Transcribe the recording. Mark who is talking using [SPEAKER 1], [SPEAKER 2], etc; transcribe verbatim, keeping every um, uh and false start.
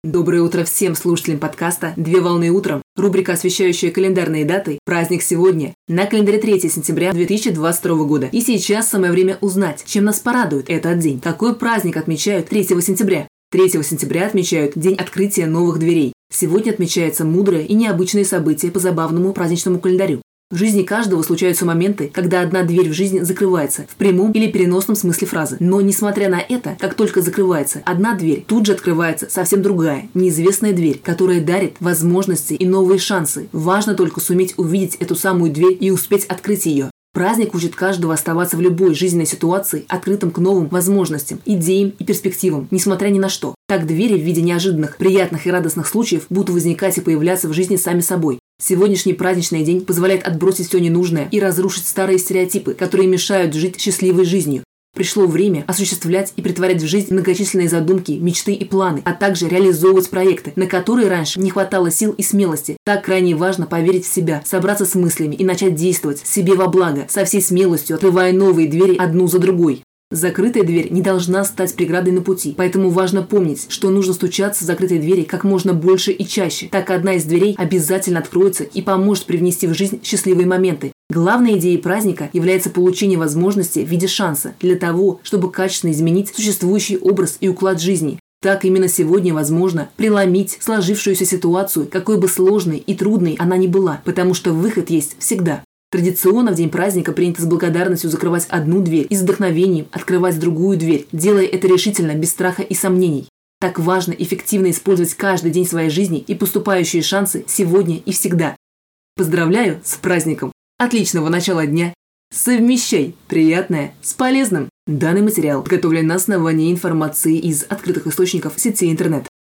[SPEAKER 1] Доброе утро всем слушателям подкаста «Две волны утром». Рубрика, освещающая календарные даты. Праздник сегодня. На календаре третьего сентября две тысячи двадцать второго года. И сейчас самое время узнать, чем нас порадует этот день. Какой праздник отмечают третьего сентября? третьего сентября отмечают День открытия новых дверей. Сегодня отмечается мудрое и необычное событие по забавному праздничному календарю. В жизни каждого случаются моменты, когда одна дверь в жизни закрывается, в прямом или переносном смысле фразы. Но, несмотря на это, как только закрывается одна дверь, тут же открывается совсем другая, неизвестная дверь, которая дарит возможности и новые шансы. Важно только суметь увидеть эту самую дверь и успеть открыть ее. Праздник учит каждого оставаться в любой жизненной ситуации открытым к новым возможностям, идеям и перспективам, несмотря ни на что. Так двери в виде неожиданных, приятных и радостных случаев будут возникать и появляться в жизни сами собой. Сегодняшний праздничный день позволяет отбросить все ненужное и разрушить старые стереотипы, которые мешают жить счастливой жизнью. Пришло время осуществлять и претворять в жизнь многочисленные задумки, мечты и планы, а также реализовывать проекты, на которые раньше не хватало сил и смелости. Так крайне важно поверить в себя, собраться с мыслями и начать действовать себе во благо, со всей смелостью открывая новые двери одну за другой. Закрытая дверь не должна стать преградой на пути, поэтому важно помнить, что нужно стучаться в закрытые двери как можно больше и чаще. Так одна из дверей обязательно откроется и поможет привнести в жизнь счастливые моменты. Главной идеей праздника является получение возможности в виде шанса для того, чтобы качественно изменить существующий образ и уклад жизни. Так именно сегодня возможно преломить сложившуюся ситуацию, какой бы сложной и трудной она ни была, потому что выход есть всегда. Традиционно в день праздника принято с благодарностью закрывать одну дверь и с вдохновением открывать другую дверь, делая это решительно, без страха и сомнений. Так важно эффективно использовать каждый день своей жизни и поступающие шансы сегодня и всегда. Поздравляю с праздником! Отличного начала дня! Совмещай приятное с полезным! Данный материал подготовлен на основании информации из открытых источников сети интернет.